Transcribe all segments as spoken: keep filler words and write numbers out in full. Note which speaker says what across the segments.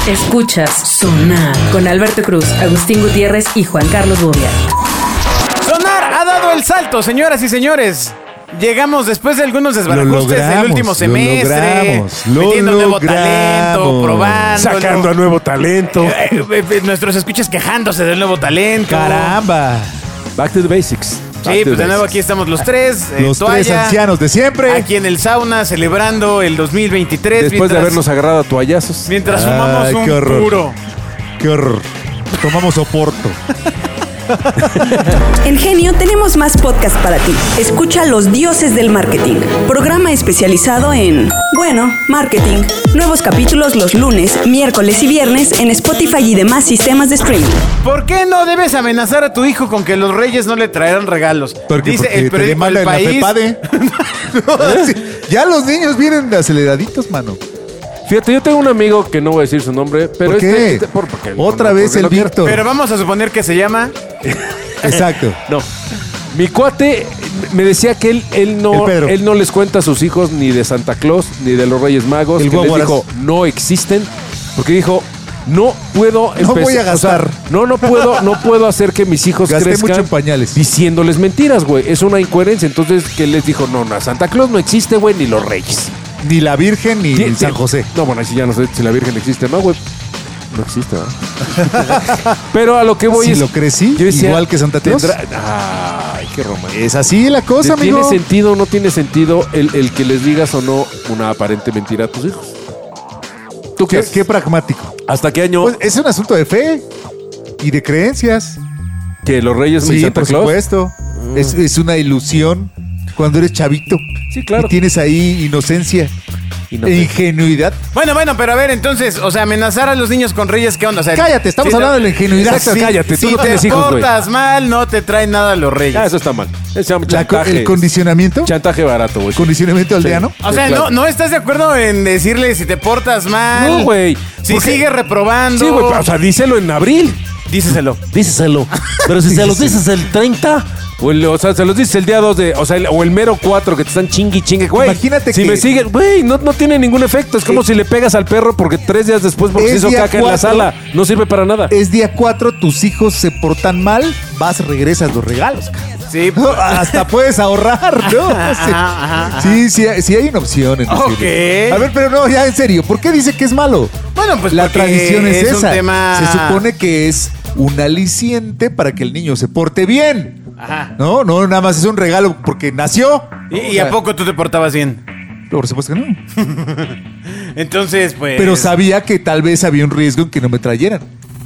Speaker 1: Escuchas Sonar con Alberto Cruz, Agustín Gutiérrez y Juan Carlos Bobia.
Speaker 2: Sonar ha dado el salto, señoras y señores. Llegamos después de algunos desbarajustes del último semestre,
Speaker 3: lo
Speaker 2: metiendo
Speaker 3: lo
Speaker 2: nuevo
Speaker 3: logramos.
Speaker 2: talento, probando,
Speaker 3: sacando a nuevo talento.
Speaker 2: Eh, eh, eh, nuestros escuchas quejándose del nuevo talento.
Speaker 3: Caramba. Back to the basics. Back
Speaker 2: Sí,
Speaker 3: to
Speaker 2: pues
Speaker 3: the
Speaker 2: de nuevo
Speaker 3: basics.
Speaker 2: aquí estamos los tres. eh,
Speaker 3: Los
Speaker 2: toalla,
Speaker 3: tres ancianos de siempre.
Speaker 2: Aquí en el sauna celebrando el dos mil veintitrés.
Speaker 4: Después
Speaker 2: mientras,
Speaker 4: de habernos agarrado a toallazos.
Speaker 2: Mientras
Speaker 3: Ay,
Speaker 2: fumamos un
Speaker 3: qué horror.
Speaker 2: puro.
Speaker 3: Qué horror. Tomamos Oporto.
Speaker 5: En Genio tenemos más podcast para ti. Escucha Los Dioses del Marketing, programa especializado en, bueno, marketing. Nuevos capítulos los lunes, miércoles y viernes en Spotify y demás sistemas de streaming.
Speaker 2: ¿Por qué no debes amenazar a tu hijo con que los reyes no le traerán regalos?
Speaker 3: Porque,
Speaker 2: Dice
Speaker 3: porque
Speaker 2: el
Speaker 3: te
Speaker 2: periódico
Speaker 3: demanda
Speaker 2: El
Speaker 3: en la
Speaker 2: País.
Speaker 3: FEPADE. No, sí. Ya los niños vienen aceleraditos, mano.
Speaker 4: Fíjate, yo tengo un amigo que no voy a decir su nombre, pero
Speaker 3: ¿Por qué?
Speaker 4: este, este- por- porque-
Speaker 3: Otra
Speaker 4: no,
Speaker 3: vez
Speaker 4: porque
Speaker 3: el
Speaker 4: no quiero.
Speaker 3: Víctor.
Speaker 2: Pero vamos a suponer que se llama...
Speaker 3: Exacto.
Speaker 4: No. Mi cuate me decía que él, él,
Speaker 3: El
Speaker 4: no,
Speaker 3: Pedro.
Speaker 4: él no les cuenta a sus hijos ni de Santa Claus ni de los Reyes Magos.
Speaker 3: El
Speaker 4: que les
Speaker 3: guaguaras.
Speaker 4: dijo, no existen. Porque dijo, no puedo
Speaker 3: No
Speaker 4: empezar-
Speaker 3: voy a gastar.
Speaker 4: o sea, no, no puedo, no puedo hacer que mis hijos
Speaker 3: Gasté
Speaker 4: crezcan
Speaker 3: mucho en pañales.
Speaker 4: diciéndoles mentiras, güey. Es una incoherencia. Entonces, que les dijo, no, no, Santa Claus no existe, güey, ni los Reyes.
Speaker 3: Ni la Virgen ni
Speaker 4: Ti-
Speaker 3: San
Speaker 4: ti-
Speaker 3: José.
Speaker 4: No, bueno, ahí sí ya no sé si la Virgen existe, no, güey. No existe, ¿verdad? Pero a lo que voy
Speaker 3: Si
Speaker 4: es...
Speaker 3: lo crecí,
Speaker 4: yo decía,
Speaker 3: igual que Santa Claus.
Speaker 4: tendrá- Ay, qué romántico.
Speaker 3: Es así la cosa, amigo.
Speaker 4: ¿Tiene sentido o no tiene sentido el, el que les digas o no una aparente mentira a tus hijos? ¿Tú qué
Speaker 3: Qué,
Speaker 4: haces?
Speaker 3: qué pragmático.
Speaker 4: ¿Hasta qué año
Speaker 3: Pues es un asunto de fe y de creencias.
Speaker 4: que los Reyes y
Speaker 3: Sí,
Speaker 4: Santa
Speaker 3: por
Speaker 4: Claus?
Speaker 3: supuesto. Es, es una ilusión cuando eres chavito.
Speaker 4: Sí, claro.
Speaker 3: Y tienes ahí inocencia
Speaker 4: Y no
Speaker 3: e
Speaker 4: te-
Speaker 3: ingenuidad.
Speaker 2: Bueno, bueno, pero a ver, entonces, o sea, amenazar a los niños con reyes, ¿qué onda? O sea,
Speaker 3: Cállate, estamos
Speaker 2: si
Speaker 3: hablando
Speaker 2: te-
Speaker 3: de la ingenuidad.
Speaker 4: Exacto, cállate, tú
Speaker 2: Si
Speaker 4: no
Speaker 2: te
Speaker 4: tienes hijos, güey.
Speaker 2: portas mal, no te traen nada los reyes.
Speaker 4: Ah, eso está mal. Eso se llama
Speaker 3: La co-
Speaker 4: chantaje.
Speaker 3: el condicionamiento.
Speaker 4: Chantaje barato, güey.
Speaker 3: Condicionamiento aldeano.
Speaker 2: O sea,
Speaker 4: Sí, claro.
Speaker 2: no, no estás de acuerdo en decirle si te portas mal.
Speaker 4: No, güey.
Speaker 2: Si
Speaker 4: Porque-
Speaker 2: sigues reprobando.
Speaker 4: Sí, güey, o sea, díselo en abril.
Speaker 2: Díceselo.
Speaker 4: Díselo. Pero si se los dices el treinta. O, el- o sea, se los dices el día dos de... O sea, el- o el mero cuatro que te están chingui chingue. Güey,
Speaker 3: Imagínate
Speaker 4: si
Speaker 3: que-
Speaker 4: me siguen... Güey, no, no tiene ningún efecto. Es como si le pegas al perro porque tres días después porque
Speaker 3: Es
Speaker 4: se hizo
Speaker 3: día
Speaker 4: caca en la
Speaker 3: cuatro.
Speaker 4: sala. No sirve para nada.
Speaker 3: Es día cuatro, tus hijos se portan mal, vas, regresas los regalos. cara.
Speaker 2: Sí.
Speaker 3: No, hasta puedes ahorrar, ¿no? Sí,
Speaker 2: ajá, ajá.
Speaker 3: sí, sí, sí hay una opción. En
Speaker 2: Ok.
Speaker 3: decirlo. A ver, pero no, ya en serio, ¿por qué dice que es malo?
Speaker 2: Bueno, pues
Speaker 3: La
Speaker 2: porque
Speaker 3: tradición es,
Speaker 2: es un
Speaker 3: esa.
Speaker 2: tema-
Speaker 3: Se supone que es un aliciente para que el niño se porte bien.
Speaker 2: Ajá.
Speaker 3: No, no, nada más es un regalo porque nació.
Speaker 2: ¿Y,
Speaker 3: O
Speaker 2: y
Speaker 3: sea,
Speaker 2: a poco tú te portabas bien?
Speaker 3: Por supuesto que no.
Speaker 2: Entonces, pues...
Speaker 3: Pero sabía que tal vez había un riesgo en que no me trayeran.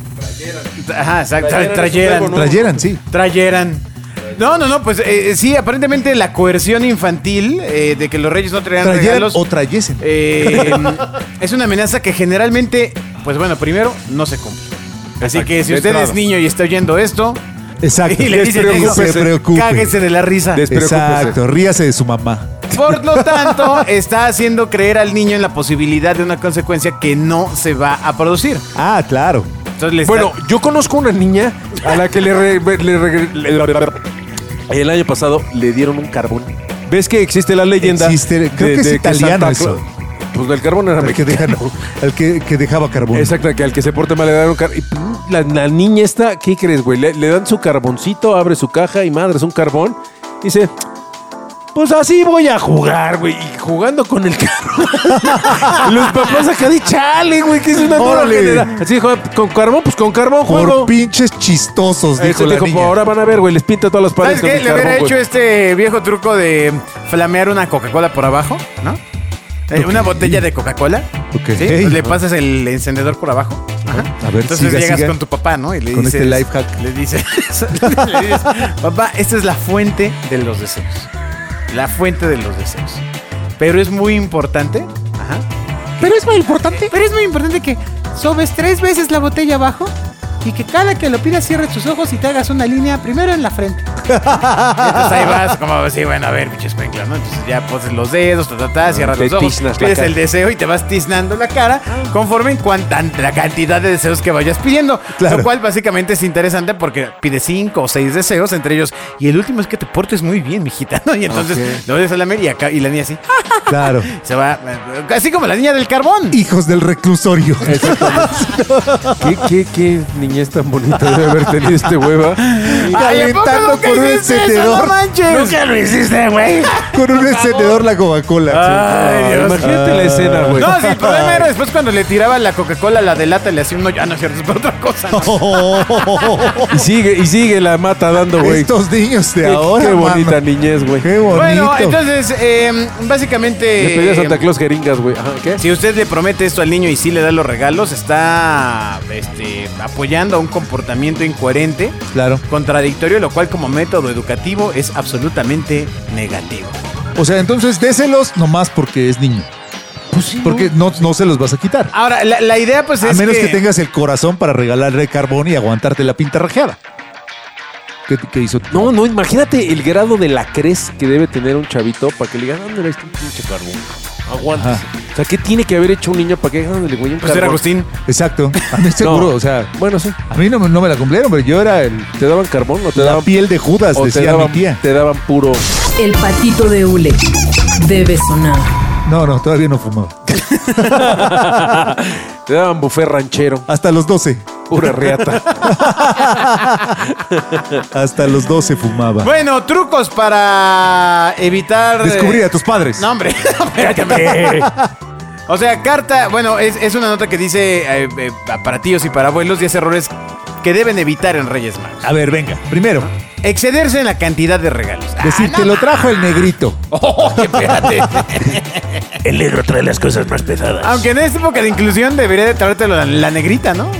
Speaker 2: Ajá, exacto. Tra-
Speaker 4: Trayeran
Speaker 2: Trayeran.
Speaker 4: es un verbo, ¿no?
Speaker 3: Trayeran, sí.
Speaker 2: Trayeran. No, no, no, pues eh, sí, aparentemente la coerción infantil eh, de que los reyes no traían
Speaker 3: Trayeran
Speaker 2: regalos
Speaker 3: o trayesen.
Speaker 2: eh, es una amenaza que generalmente, pues bueno, primero no se cumple. Así
Speaker 4: Exacto,
Speaker 2: que si
Speaker 4: de
Speaker 2: usted
Speaker 4: entrada.
Speaker 2: es niño y está oyendo esto
Speaker 3: Exacto.
Speaker 2: y le dicen eso,
Speaker 3: se preocupe.
Speaker 2: cáguese de la risa.
Speaker 4: Des-
Speaker 3: Exacto, ríase de su mamá.
Speaker 2: Por lo tanto, está haciendo creer al niño en la posibilidad de una consecuencia que no se va a producir.
Speaker 3: Ah, claro.
Speaker 2: Entonces le está-
Speaker 4: Bueno, yo conozco una niña a la que le, re- le re- le- el año pasado le dieron un carbón. ¿Ves que existe la leyenda?
Speaker 3: Existe, creo que es italiano
Speaker 4: Santa
Speaker 3: eso.
Speaker 4: Claus- Pues del carbón era
Speaker 3: El que,
Speaker 4: mexicano.
Speaker 3: deja- el que, que dejaba carbón.
Speaker 4: Exacto, que al que se porte mal le dan un carbón. Y pum, la, la niña esta, ¿qué crees, güey? Le, le dan su carboncito, abre su caja y madre, es un carbón. Dice, pues así voy a jugar, güey. Y jugando con el carbón. Los papás acá de chale, güey, que es una nueva
Speaker 3: Órale.
Speaker 4: generación. Así dijo, con carbón, pues con carbón
Speaker 3: Por
Speaker 4: juego.
Speaker 3: pinches chistosos,
Speaker 4: Ahí
Speaker 3: dijo
Speaker 4: se
Speaker 3: la
Speaker 4: dijo,
Speaker 3: niña.
Speaker 4: pues ahora van a ver, güey, les pinta todas las
Speaker 2: ¿Sabes
Speaker 4: paredes con
Speaker 2: qué?
Speaker 4: el
Speaker 2: Le hubiera
Speaker 4: carbón,
Speaker 2: hecho
Speaker 4: güey.
Speaker 2: este viejo truco de flamear una Coca-Cola por abajo, ¿no? Eh, Una botella de Coca-Cola.
Speaker 3: Ok.
Speaker 2: ¿Sí?
Speaker 3: Hey.
Speaker 2: Pues le pasas el encendedor por abajo. Ajá.
Speaker 3: A ver,
Speaker 2: Entonces
Speaker 3: siga,
Speaker 2: llegas
Speaker 3: siga.
Speaker 2: con tu papá, ¿no? Y le
Speaker 3: Con
Speaker 2: dices,
Speaker 3: este life hack.
Speaker 2: Le dices, le dices, papá, esta es la fuente de los deseos. La fuente de los deseos. Pero es muy importante. Ajá.
Speaker 3: Pero es muy importante.
Speaker 2: Pero es muy importante que sobes tres veces la botella abajo y que cada que lo pidas cierres tus ojos y te hagas una línea primero en la frente. Y entonces ahí vas, como así, bueno, a ver, pinches cuenclas, ¿no? Entonces ya pones los dedos, ta, ta, ta, cierras
Speaker 4: Te
Speaker 2: los ojos,
Speaker 4: tiznas la
Speaker 2: pides
Speaker 4: cara.
Speaker 2: el deseo y te vas tiznando la cara conforme en cuanta la cantidad de deseos que vayas pidiendo.
Speaker 3: Claro.
Speaker 2: Lo cual básicamente es interesante porque pides cinco o seis deseos, entre ellos, y el último es que te portes muy bien, mijita, ¿no? Y entonces lo ves a la Mary y, acá, y la niña así,
Speaker 3: Claro.
Speaker 2: se va, así como la niña del carbón.
Speaker 3: Hijos del reclusorio.
Speaker 4: ¿Qué, qué, qué niñez tan bonita debe haber tenido este hueva?
Speaker 2: Ay, ¿a poco
Speaker 3: Calentando
Speaker 2: nunca
Speaker 3: con un
Speaker 2: hiciste eso?
Speaker 3: encendedor.
Speaker 2: No manches.
Speaker 4: Nunca lo hiciste, güey.
Speaker 3: Con un encendedor la Coca-Cola.
Speaker 2: Ay, Dios.
Speaker 4: Imagínate la escena, güey.
Speaker 2: No, sí, el problema era después cuando le tiraba la Coca-Cola, la de lata, le hacía un hoyo. Ah, no es cierto, es por otra cosa. ¿no?
Speaker 4: Y sigue, y sigue la mata dando, güey.
Speaker 3: Estos niños de
Speaker 4: Qué,
Speaker 3: ahora.
Speaker 4: qué bonita
Speaker 3: mano.
Speaker 4: niñez, güey.
Speaker 3: Qué bonito.
Speaker 2: Bueno, entonces, eh, básicamente.
Speaker 4: Le pedí a Santa Claus jeringas, güey. Ajá, ¿qué?
Speaker 2: Si usted le promete esto al niño y sí le da los regalos, está este, apoyando a un comportamiento incoherente,
Speaker 3: Claro.
Speaker 2: contradictorio, lo cual como método educativo es absolutamente negativo.
Speaker 3: O sea, entonces déselos nomás porque es niño.
Speaker 2: Pues sí,
Speaker 3: Porque no, no se los vas a quitar.
Speaker 2: Ahora, la, la idea pues
Speaker 3: A
Speaker 2: es
Speaker 3: menos que... tengas el corazón para regalarle carbón y aguantarte la pinta rajeada. ¿Qué, qué hizo?
Speaker 4: No, no, imagínate el grado de la cres que debe tener un chavito para que le digan, ándale, este un pinche carbón. Aguanta.
Speaker 3: Ajá.
Speaker 4: O sea, ¿qué tiene que haber hecho un niño para que ándale, güey, un
Speaker 2: Pues era
Speaker 4: carbón?
Speaker 2: Agustín.
Speaker 3: Exacto. A mí seguro,
Speaker 4: No.
Speaker 3: o sea,
Speaker 4: Bueno, sí.
Speaker 3: a mí no, me- no me la cumplieron, pero yo era el,
Speaker 4: ¿Te daban carbón o te
Speaker 3: la
Speaker 4: daban
Speaker 3: piel de Judas,
Speaker 4: o te
Speaker 3: decía
Speaker 4: daban,
Speaker 3: mi tía.
Speaker 4: te daban puro?
Speaker 1: El patito de hule debe sonar.
Speaker 3: No, no, todavía no fumaba.
Speaker 4: Te daban buffet ranchero,
Speaker 3: Hasta los doce.
Speaker 4: pura riata.
Speaker 3: Hasta los doce fumaba.
Speaker 2: Bueno, trucos para evitar...
Speaker 3: Descubrí a tus padres.
Speaker 2: No, hombre. Espérate. O sea, carta... Bueno, es, es una nota que dice eh, eh, para tíos y para abuelos diez errores que deben evitar en Reyes Magos.
Speaker 3: A ver, venga. Primero,
Speaker 2: Excederse en la cantidad de regalos.
Speaker 3: decir,
Speaker 2: Ah,
Speaker 3: te
Speaker 2: no
Speaker 3: lo trajo el negrito.
Speaker 2: Oh, espérate.
Speaker 4: El negro trae las cosas más pesadas.
Speaker 2: Aunque en esta época de inclusión debería de traértelo la, la negrita, ¿no?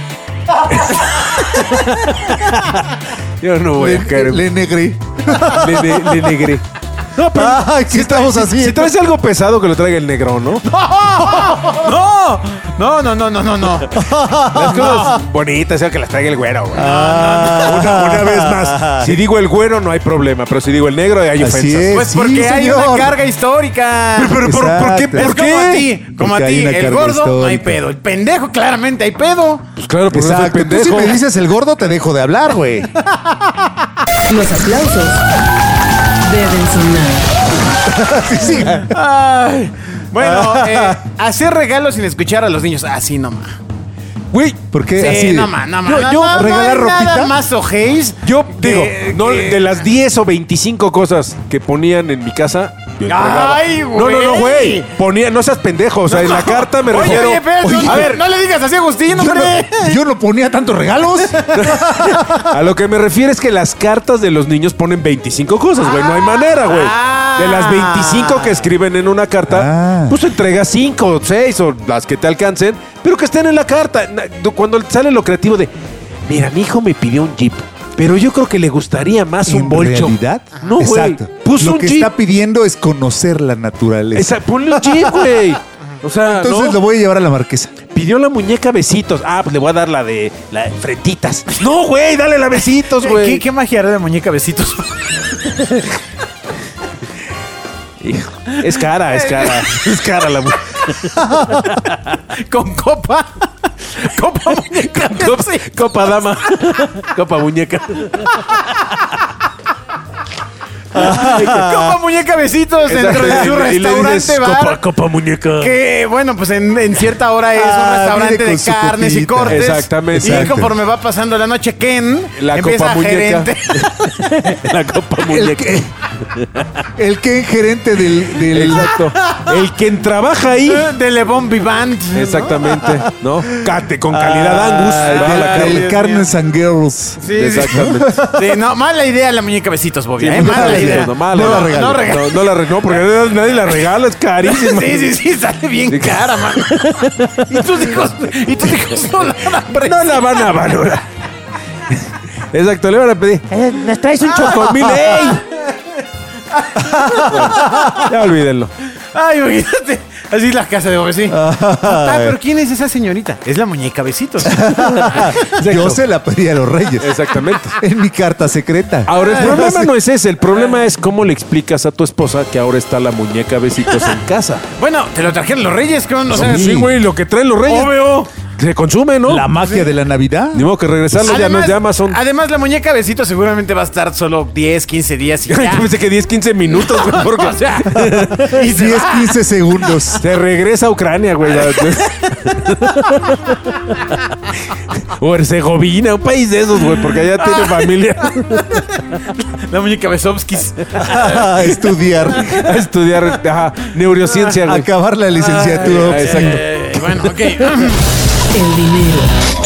Speaker 4: Yo no voy
Speaker 3: Le,
Speaker 4: a caer.
Speaker 3: le negré.
Speaker 4: Le, le- le negré. No, pero
Speaker 3: Ay, ¿qué estamos haciendo?
Speaker 4: si traes algo pesado que lo traiga el negro, ¿no?
Speaker 2: ¡No! No, no, no, no, no, no.
Speaker 4: Las cosas bonitas, sea que las traiga el güero, güey.
Speaker 3: Ah.
Speaker 4: Una, una vez más. Si digo el güero, no hay problema. Pero si digo el negro, hay
Speaker 3: Así
Speaker 4: ofensas.
Speaker 3: es.
Speaker 2: Pues
Speaker 3: Sí,
Speaker 2: porque hay
Speaker 3: señor.
Speaker 2: una carga histórica.
Speaker 4: Pero, ¿por, ¿por qué?
Speaker 3: Exacto.
Speaker 2: Es
Speaker 4: ¿Por
Speaker 2: como a
Speaker 4: qué?
Speaker 2: ti, como
Speaker 3: Porque
Speaker 2: a
Speaker 3: hay
Speaker 2: ti.
Speaker 3: una
Speaker 2: El
Speaker 3: carga
Speaker 2: gordo no hay
Speaker 3: histórica.
Speaker 2: pedo. El pendejo claramente hay pedo.
Speaker 4: Pues claro, porque no soy
Speaker 3: Exacto. Tú si
Speaker 4: pendejo.
Speaker 3: me dices el gordo, te dejo de hablar, güey.
Speaker 1: Los aplausos deben sonar.
Speaker 3: Sí, siga.
Speaker 2: Ay. Bueno, eh, hacer regalos sin escuchar a los niños. Así nomás.
Speaker 4: Güey,
Speaker 3: ¿Por qué?
Speaker 2: Sí,
Speaker 3: Así de-
Speaker 2: no más, no más.
Speaker 4: Yo-
Speaker 2: no,
Speaker 4: yo
Speaker 2: no, no
Speaker 3: regalar
Speaker 2: hay nada
Speaker 3: ropita.
Speaker 2: más ojéis.
Speaker 4: yo
Speaker 2: que-
Speaker 4: digo, no,
Speaker 2: que-
Speaker 4: de las diez o veinticinco cosas que ponían en mi casa, yo entregaba.
Speaker 2: Ay,
Speaker 4: No, no, no,
Speaker 2: güey.
Speaker 4: güey. Ponía, no seas pendejo. O sea, en la carta me
Speaker 2: Oye,
Speaker 4: refiero.
Speaker 2: oye, espérate,
Speaker 3: Oye,
Speaker 2: no,
Speaker 3: a
Speaker 2: ver, no le digas así a Agustín,
Speaker 3: Yo
Speaker 2: hombre.
Speaker 3: no, yo no ponía tantos regalos.
Speaker 4: A lo que me refiero es que las cartas de los niños ponen veinticinco cosas, güey. No hay manera, güey.
Speaker 2: Ah.
Speaker 4: De las veinticinco que escriben en una carta,
Speaker 3: Ah.
Speaker 4: pues entrega cinco o seis o las que te alcancen, pero que estén en la carta. Na- Cuando sale lo creativo de, mira, mi hijo me pidió un Jeep, pero yo creo que le gustaría más un
Speaker 3: ¿En
Speaker 4: bolcho.
Speaker 3: realidad?
Speaker 4: No, güey.
Speaker 3: Exacto.
Speaker 4: Puso
Speaker 3: Lo
Speaker 4: un
Speaker 3: que
Speaker 4: Jeep.
Speaker 3: está pidiendo es conocer la naturaleza.
Speaker 4: Esa- ponle un Jeep, güey. O sea,
Speaker 3: Entonces
Speaker 4: ¿no?
Speaker 3: lo voy a llevar a la marquesa.
Speaker 4: Pidió la muñeca besitos. Ah, pues le voy a dar la de la de frentitas. No, güey, dale la besitos, güey.
Speaker 2: ¿Qué, qué magia hará de muñeca besitos?
Speaker 4: Hijo, es cara, es cara. Es cara la muñeca.
Speaker 2: Con copa. Copa muñeca.
Speaker 4: Copa, copa dama. Copa muñeca.
Speaker 2: Copa muñeca besitos dentro de su
Speaker 4: Y le
Speaker 2: restaurante
Speaker 4: dices,
Speaker 2: bar.
Speaker 4: Copa, copa muñeca.
Speaker 2: Que bueno, pues en, en cierta hora es
Speaker 3: Ah,
Speaker 2: un restaurante
Speaker 3: viene
Speaker 2: de
Speaker 3: con su
Speaker 2: carnes y
Speaker 3: copita.
Speaker 2: cortes.
Speaker 4: Exactamente.
Speaker 2: Y
Speaker 3: Exacto.
Speaker 2: conforme va pasando la noche, Ken
Speaker 4: La
Speaker 2: empieza
Speaker 4: copa
Speaker 2: a
Speaker 4: muñeca.
Speaker 2: gerente.
Speaker 4: La copa
Speaker 3: El
Speaker 4: muñeca.
Speaker 3: que, el que gerente del, del
Speaker 4: Exacto. El quien trabaja ahí.
Speaker 2: de Le Bon Vivant. ¿no?
Speaker 4: Exactamente. ¿No? Cate con calidad Angus.
Speaker 3: Ah,
Speaker 4: Va
Speaker 3: del-
Speaker 4: la carne.
Speaker 3: del
Speaker 2: Dios
Speaker 3: Carnes and Girls.
Speaker 2: Sí,
Speaker 4: Exactamente.
Speaker 2: Sí. Sí, no, mala idea la muñeca besitos, Bobby.
Speaker 4: Sí,
Speaker 2: ¿eh?
Speaker 4: muñeca
Speaker 2: Mala
Speaker 4: besitos,
Speaker 2: idea.
Speaker 4: no, mala.
Speaker 3: No la
Speaker 2: No,
Speaker 3: regales.
Speaker 2: no regales.
Speaker 4: No, no la re- no, porque nadie la regala, es carísima.
Speaker 2: Sí, sí, sí, sale bien cara, man. Y tus hijos, y tus hijos no la van a apreciar.
Speaker 4: No la van a valorar. Exacto, le van a pedir. Eh, ¿nos traes un chocomil? ¡Ey! Bueno, ya olvídenlo.
Speaker 2: Ay, imagínate. Así la casa de Bob, sí. Ah, pero ¿quién es esa señorita? Es la muñeca Besitos.
Speaker 3: Yo se la pedí a los reyes.
Speaker 4: Exactamente.
Speaker 3: En mi carta secreta.
Speaker 4: Ahora, el problema no es ese. El problema es cómo le explicas a tu esposa que ahora está la muñeca Besitos en casa.
Speaker 2: Bueno, te lo trajeron los reyes, ¿cómo? O sea,
Speaker 4: Sí, güey, lo que traen los reyes.
Speaker 2: obvio.
Speaker 4: Se consume, ¿no?
Speaker 3: La magia de la Navidad.
Speaker 4: Ni modo que regresarlo ya no es de Amazon.
Speaker 2: Además, la muñeca Besitos seguramente va a estar solo diez, quince días y
Speaker 4: Yo
Speaker 2: ya.
Speaker 4: pensé que diez, quince minutos, güey, porque,
Speaker 2: O sea, y se
Speaker 3: diez,
Speaker 2: va.
Speaker 3: quince segundos.
Speaker 4: se regresa a Ucrania, güey. O Herzegovina, un país de esos, güey, porque allá tiene familia.
Speaker 2: La muñeca Besovskis.
Speaker 3: A estudiar.
Speaker 4: A estudiar ajá, neurociencia, güey.
Speaker 3: Acabar la licenciatura.
Speaker 4: Ah, exacto.
Speaker 2: Eh, bueno, ok.
Speaker 1: El dinero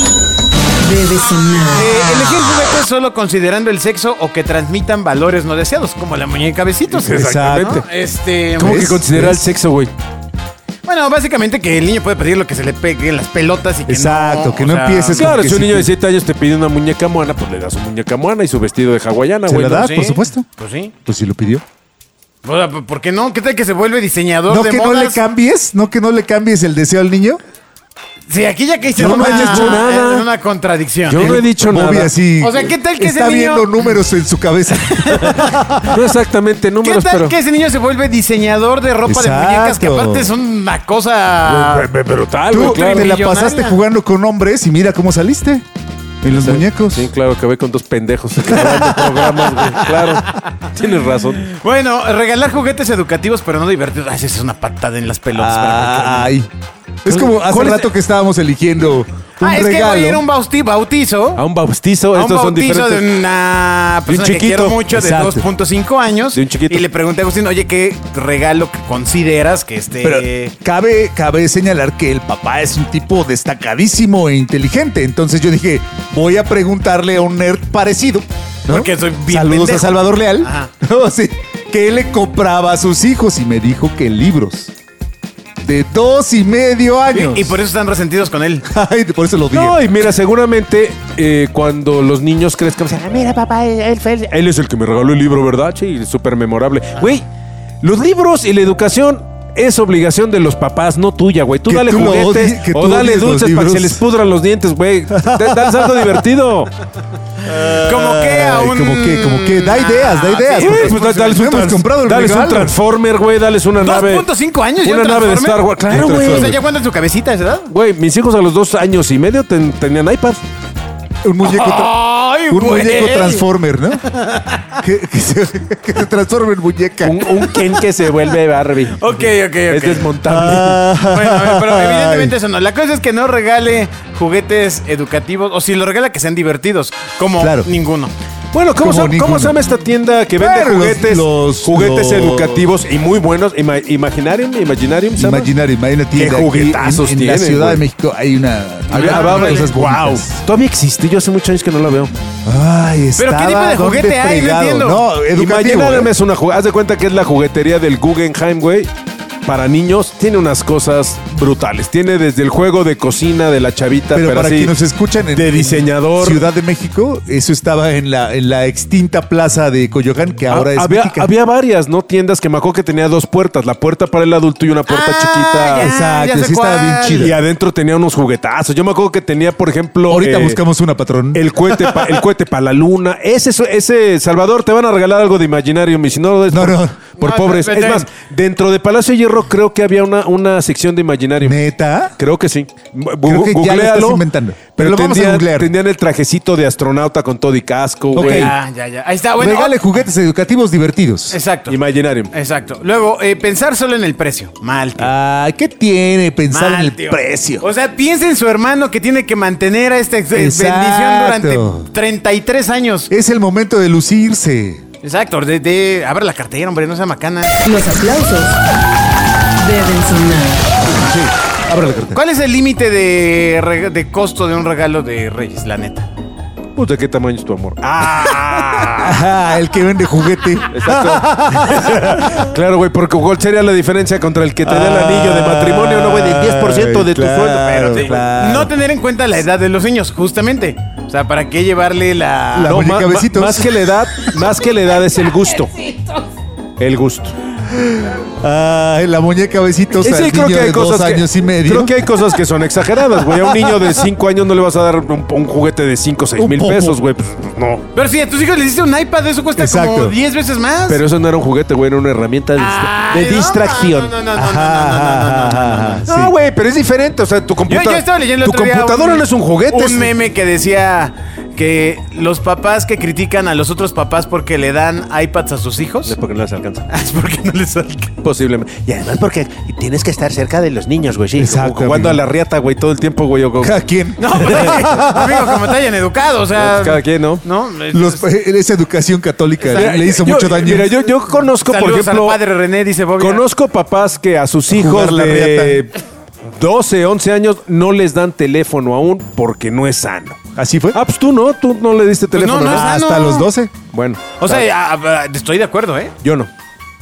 Speaker 1: debe sonar.
Speaker 2: Eh, elegir juguetes solo considerando el sexo o que transmitan valores no deseados, como la muñeca Besitos.
Speaker 3: Exactamente.
Speaker 2: ¿no? Este,
Speaker 4: ¿Cómo que
Speaker 3: ¿Ves?
Speaker 4: considera el
Speaker 3: ¿Ves?
Speaker 4: sexo, güey?
Speaker 2: Bueno, básicamente que el niño puede pedir lo que se le pegue en las pelotas y que
Speaker 3: Exacto,
Speaker 2: no,
Speaker 3: que
Speaker 2: o
Speaker 3: no
Speaker 2: sea,
Speaker 3: empieces
Speaker 4: Claro,
Speaker 3: que
Speaker 4: si un
Speaker 3: sí
Speaker 4: niño
Speaker 3: te-
Speaker 4: de siete años te pide una muñeca moana, pues le das su muñeca moana y su vestido de hawaiana,
Speaker 3: ¿Se
Speaker 4: güey.
Speaker 3: la
Speaker 4: ¿no?
Speaker 3: das?
Speaker 2: Sí.
Speaker 3: Por supuesto.
Speaker 2: Pues sí.
Speaker 3: Pues sí lo pidió.
Speaker 2: O sea, ¿por qué no? ¿Qué tal que se vuelve diseñador
Speaker 3: No
Speaker 2: de
Speaker 3: que no
Speaker 2: modas?
Speaker 3: le cambies, no que no le cambies el deseo al niño.
Speaker 2: Sí, aquí ya que hice
Speaker 4: Yo no
Speaker 2: una,
Speaker 4: he dicho nada.
Speaker 2: en una contradicción.
Speaker 4: Yo no he dicho
Speaker 3: Bobby
Speaker 4: nada.
Speaker 3: así.
Speaker 2: O sea, ¿qué tal que ese
Speaker 3: está
Speaker 2: niño-
Speaker 3: viendo números en su cabeza?
Speaker 4: No exactamente
Speaker 2: ¿Qué
Speaker 4: números,
Speaker 2: tal
Speaker 4: pero...
Speaker 2: que ese niño se vuelve diseñador de ropa de
Speaker 3: Exacto.
Speaker 2: muñecas que aparte son una cosa...
Speaker 4: Br- br- Brutal,
Speaker 3: Tú
Speaker 4: güey, claro.
Speaker 3: te la
Speaker 2: millonaria.
Speaker 3: pasaste jugando con hombres y mira cómo saliste. En los muñecos.
Speaker 4: Sí, claro, acabé con dos pendejos grabando programas, güey. Claro, tienes razón.
Speaker 2: Bueno, regalar juguetes educativos pero no divertidos. Ay, esa es una patada en las pelotas.
Speaker 3: Ay. Es como hace
Speaker 4: ¿Cuál es?
Speaker 3: rato que estábamos eligiendo un
Speaker 2: Ah, es que
Speaker 3: regalo.
Speaker 2: voy a ir a un bausti- bautizo.
Speaker 4: A un bautizo,
Speaker 2: A un
Speaker 4: estos son
Speaker 2: bautizo de
Speaker 4: diferentes.
Speaker 2: una persona
Speaker 4: De un
Speaker 2: que quiero
Speaker 4: chiquito.
Speaker 2: mucho, de
Speaker 3: Exacto.
Speaker 2: dos punto cinco años.
Speaker 4: De un chiquito.
Speaker 2: Y le pregunté a Agustín, oye, ¿qué regalo que consideras que este...
Speaker 3: Pero cabe, cabe señalar que el papá es un tipo destacadísimo e inteligente. Entonces yo dije, voy a preguntarle a un nerd parecido. ¿no?
Speaker 2: Porque soy bien
Speaker 3: Saludos
Speaker 2: pendejo.
Speaker 3: a Salvador Leal.
Speaker 2: Ajá.
Speaker 3: No, sí, que él le compraba a sus hijos y me dijo que libros. De dos y medio años.
Speaker 2: Y, y por eso están resentidos con él.
Speaker 3: Ay, por eso lo dije.
Speaker 4: No, y mira, seguramente eh, cuando los niños crezcan, van a decir, "Ah, mira, papá, él, fue el- él es el que me regaló el libro, ¿verdad? Sí, súper memorable. Güey, los libros y la educación es obligación de los papás, no tuya, güey. Tú
Speaker 3: Que
Speaker 4: dale
Speaker 3: tú lo
Speaker 4: juguetes
Speaker 3: odies- que
Speaker 4: o
Speaker 3: tú
Speaker 4: dale
Speaker 3: odies los
Speaker 4: dulces para que se
Speaker 3: libros.
Speaker 4: les pudran los dientes, güey. Da- Dales algo divertido.
Speaker 2: Como que a
Speaker 3: Ay,
Speaker 2: un...
Speaker 3: como que, como que, da ideas, da ideas.
Speaker 2: Sí,
Speaker 3: porque
Speaker 4: Pues,
Speaker 3: pues,
Speaker 4: dales
Speaker 3: no
Speaker 4: un,
Speaker 3: hemos
Speaker 4: trans-
Speaker 3: comprado el
Speaker 4: dales un
Speaker 3: regalo.
Speaker 4: Transformer, güey. Dales una nave.
Speaker 2: dos punto cinco años ya
Speaker 4: Una
Speaker 2: un
Speaker 4: nave de
Speaker 2: Transformer.
Speaker 4: Star Wars. Claro,
Speaker 3: Un
Speaker 4: güey.
Speaker 2: O sea,
Speaker 3: Transformer.
Speaker 2: ya cuenta en su cabecita, ¿verdad?
Speaker 4: Güey, mis hijos a los dos años y medio ten- tenían iPad.
Speaker 3: Un muñeco, tra-
Speaker 2: Ay,
Speaker 3: un
Speaker 2: güey.
Speaker 3: muñeco Transformer, ¿no? que, que se, que se transforme en muñeca.
Speaker 4: Un, un Ken que se vuelve Barbie.
Speaker 2: Ok, ok, ok.
Speaker 4: Es desmontable.
Speaker 3: Ah,
Speaker 2: Bueno, a ver, pero
Speaker 3: ay.
Speaker 2: evidentemente eso no. La cosa es que no regale juguetes educativos, o si lo regala que sean divertidos, como
Speaker 3: Claro.
Speaker 2: ninguno.
Speaker 4: Bueno, ¿cómo,
Speaker 3: Como
Speaker 4: se, ¿cómo
Speaker 3: ninguno.
Speaker 4: se llama esta tienda que vende
Speaker 3: Bueno, los-
Speaker 4: juguetes,
Speaker 3: los-
Speaker 4: juguetes
Speaker 3: los-
Speaker 4: educativos y muy buenos? Ima- Imaginarium, Imaginarium, ¿se llama?
Speaker 3: Imaginarium, hay una tienda.
Speaker 4: Qué
Speaker 3: aquí
Speaker 4: juguetazos
Speaker 3: en, en la
Speaker 4: tienen,
Speaker 3: Ciudad
Speaker 4: güey.
Speaker 3: de México hay una.
Speaker 4: Había-
Speaker 3: una-
Speaker 4: había-
Speaker 3: cosas
Speaker 4: wow.
Speaker 3: bonitas.
Speaker 4: Todavía existe, yo hace muchos años que no la veo.
Speaker 3: Ay,
Speaker 2: Pero ¿qué
Speaker 3: estaba
Speaker 2: tipo de
Speaker 3: ¿dónde
Speaker 2: juguete hay? No
Speaker 3: fregado?
Speaker 2: entiendo.
Speaker 3: No, educativo.
Speaker 4: Imaginarium
Speaker 3: ¿eh?
Speaker 4: es una juguete. Haz de cuenta que es la juguetería del Guggenheim, güey. Para niños, tiene unas cosas brutales. Tiene desde el juego de cocina de la chavita,
Speaker 3: Pero,
Speaker 4: pero,
Speaker 3: para
Speaker 4: así,
Speaker 3: quienes nos escuchan en,
Speaker 4: de
Speaker 3: en
Speaker 4: diseñador.
Speaker 3: Ciudad de México, eso estaba en la, en la extinta plaza de Coyoacán, que ahora
Speaker 4: Ah,
Speaker 3: es
Speaker 4: había,
Speaker 3: México.
Speaker 4: había varias, ¿no? Tiendas que me acuerdo que tenía dos puertas. La puerta para el adulto y una puerta
Speaker 2: Ah,
Speaker 4: chiquita.
Speaker 2: ya,
Speaker 3: Exacto,
Speaker 2: ya sé
Speaker 3: sí estaba bien
Speaker 2: cuál.
Speaker 3: chido.
Speaker 4: Y adentro tenía unos juguetazos. Yo me acuerdo que tenía, por ejemplo...
Speaker 3: Ahorita
Speaker 4: eh,
Speaker 3: buscamos una, patrón.
Speaker 4: El cohete pa- el cohete para la luna. Ese, ese, Salvador, te van a regalar algo de Imaginarium. Y si no lo des
Speaker 3: No,
Speaker 4: por,
Speaker 3: no.
Speaker 4: por
Speaker 2: No,
Speaker 4: pobres.
Speaker 2: vete.
Speaker 4: Es más, dentro de Palacio de Hierro creo que había una, una sección de Imaginarium.
Speaker 3: ¿Neta?
Speaker 4: Creo que sí.
Speaker 3: Creo que ya lo estás
Speaker 4: Googléalo,
Speaker 3: inventando.
Speaker 4: Pero
Speaker 3: Pero lo vamos a
Speaker 4: tendrían,
Speaker 3: googlear.
Speaker 4: tendrían el trajecito de astronauta con todo y casco,
Speaker 3: Ok.
Speaker 4: güey.
Speaker 2: Ya, ya, ya. Ahí está, bueno.
Speaker 3: Regale juguetes educativos divertidos.
Speaker 2: Exacto.
Speaker 4: Imaginarium.
Speaker 2: Exacto. Luego, eh, pensar solo en el precio. Mal, tío.
Speaker 3: Ay, ¿qué tiene pensar
Speaker 2: Mal,
Speaker 3: en el
Speaker 2: tío.
Speaker 3: precio?
Speaker 2: O sea, piensa en su hermano que tiene que mantener a esta ex-
Speaker 3: Exacto.
Speaker 2: bendición durante treinta y tres años.
Speaker 3: Es el momento de lucirse.
Speaker 2: Exacto. De, de, abre la cartera, hombre, no sea macana.
Speaker 1: Los aplausos deben sonar.
Speaker 3: Sí, abre la cartera.
Speaker 2: ¿Cuál es el límite de, reg- de costo de un regalo de Reyes, la neta?
Speaker 4: Pues, ¿de qué tamaño es tu amor? Ah,
Speaker 3: Ajá, el que vende juguete.
Speaker 4: exacto. Claro, güey, porque ¿cuál sería la diferencia contra el que te da el anillo de matrimonio? No, güey, del diez por ciento de tu
Speaker 3: Ay,
Speaker 4: sueldo.
Speaker 3: claro,
Speaker 4: Pero,
Speaker 2: Sí,
Speaker 3: claro.
Speaker 2: No tener en cuenta la edad de los niños, justamente. O sea, ¿para qué llevarle la...
Speaker 3: La
Speaker 4: no,
Speaker 3: muñeca
Speaker 4: ma- ma-
Speaker 3: besitos.
Speaker 4: más que la edad, más que la edad es el gusto. El gusto.
Speaker 3: Ay, la muñeca besitos
Speaker 4: Ese
Speaker 3: al
Speaker 4: creo
Speaker 3: niño
Speaker 4: que hay
Speaker 3: de dos
Speaker 4: cosas que,
Speaker 3: años y medio.
Speaker 4: Creo que hay cosas que son exageradas, güey. A un niño de cinco años no le vas a dar un, un juguete de cinco o seis
Speaker 3: Un
Speaker 4: mil
Speaker 3: popo.
Speaker 4: pesos, güey. Pues, no.
Speaker 2: Pero si a tus hijos les diste un iPad, eso cuesta
Speaker 3: Exacto.
Speaker 2: como diez veces más.
Speaker 4: Pero eso no era un juguete, güey. Era una herramienta de, distra-
Speaker 2: Ay,
Speaker 4: de
Speaker 2: no,
Speaker 4: distracción.
Speaker 2: No, no, no, no,
Speaker 3: Ajá,
Speaker 2: no, no, no, no, no, no, no, no.
Speaker 3: ajá, sí.
Speaker 4: No, güey, pero es diferente. O sea, tu
Speaker 2: Yo,
Speaker 4: computadora.
Speaker 2: yo estaba leyendo el
Speaker 4: Tu
Speaker 2: otro día
Speaker 4: computadora no es un juguete. es-
Speaker 2: Un meme que decía que los papás que critican a los otros papás porque le dan iPads a sus hijos.
Speaker 4: Es porque no les alcanza.
Speaker 2: Es porque no les alcanza.
Speaker 4: Posiblemente. Y además porque tienes que estar cerca de los niños, güey. Sí,
Speaker 3: Exacto,
Speaker 4: como jugando
Speaker 3: amigo.
Speaker 4: a la riata, güey, todo el tiempo, güey. o-
Speaker 3: Cada quien.
Speaker 2: No, pues, amigo, como te hayan educado, o sea.
Speaker 4: Pues cada quien, ¿no?
Speaker 2: No, es-
Speaker 3: Los- esa educación católica
Speaker 2: Exacto.
Speaker 3: le hizo
Speaker 4: Yo-
Speaker 3: mucho daño.
Speaker 4: Mira, yo, yo conozco, por
Speaker 2: Saludos
Speaker 4: ejemplo.
Speaker 2: al padre René, dice Bobby.
Speaker 4: Conozco papás que a sus hijos
Speaker 3: Jugar la
Speaker 4: de doce, once años no les dan teléfono aún porque no es sano.
Speaker 3: ¿Así fue?
Speaker 4: Ah, pues tú no, tú no le diste
Speaker 2: Pues
Speaker 4: teléfono.
Speaker 2: no, no
Speaker 4: ¿no?
Speaker 2: es sano.
Speaker 3: Hasta los doce.
Speaker 4: Bueno.
Speaker 2: O sea, a- a- estoy de acuerdo, ¿eh?
Speaker 4: Yo no.